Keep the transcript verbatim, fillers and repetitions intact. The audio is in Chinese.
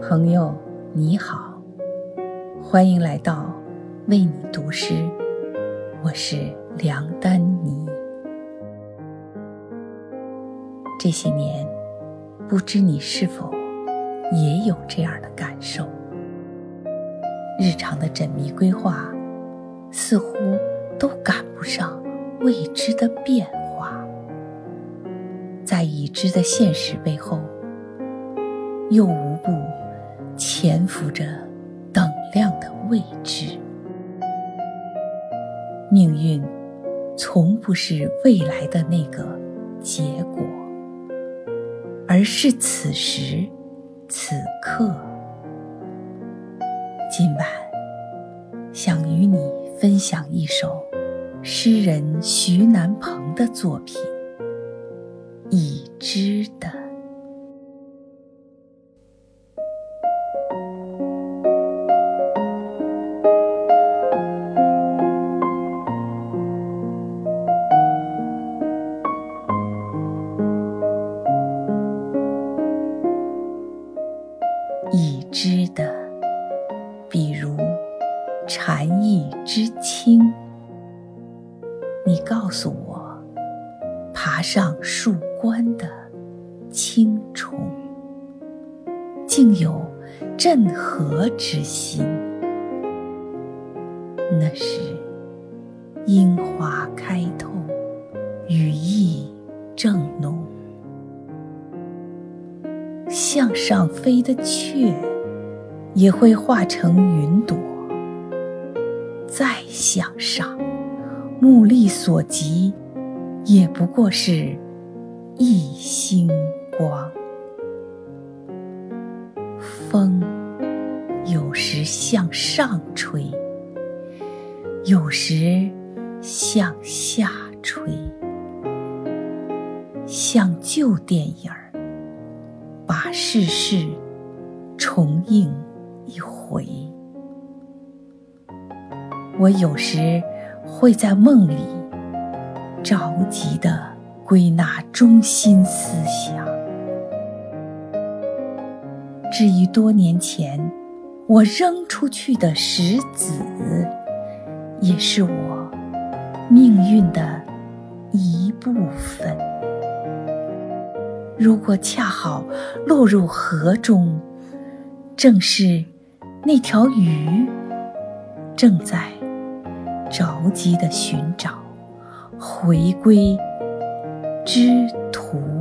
朋友你好，欢迎来到为你读诗，我是梁丹妮。这些年，不知你是否也有这样的感受？日常的缜密规划，似乎都赶不上未知的变化。在已知的现实背后，又无不潜伏着等量的未知。命运从不是未来的那个结果，而是此时此刻。今晚想与你分享一首诗人徐南鹏的作品《已知的》。已知的，比如蝉翼之轻，你告诉我，爬上树冠的青虫，竟有振河之心。那是樱花开透，羽翼正浓。向上飞的雀，也会化成云朵。再向上，目力所及，也不过是一星光。风有时向上吹，有时向下吹，像旧电影儿，把世事重映一回。我有时会在梦里着急地归纳中心思想。至于多年前我扔出去的石子，也是我命运的一部分。如果恰好落入河中，正是那条鱼正在着急地寻找回归之途。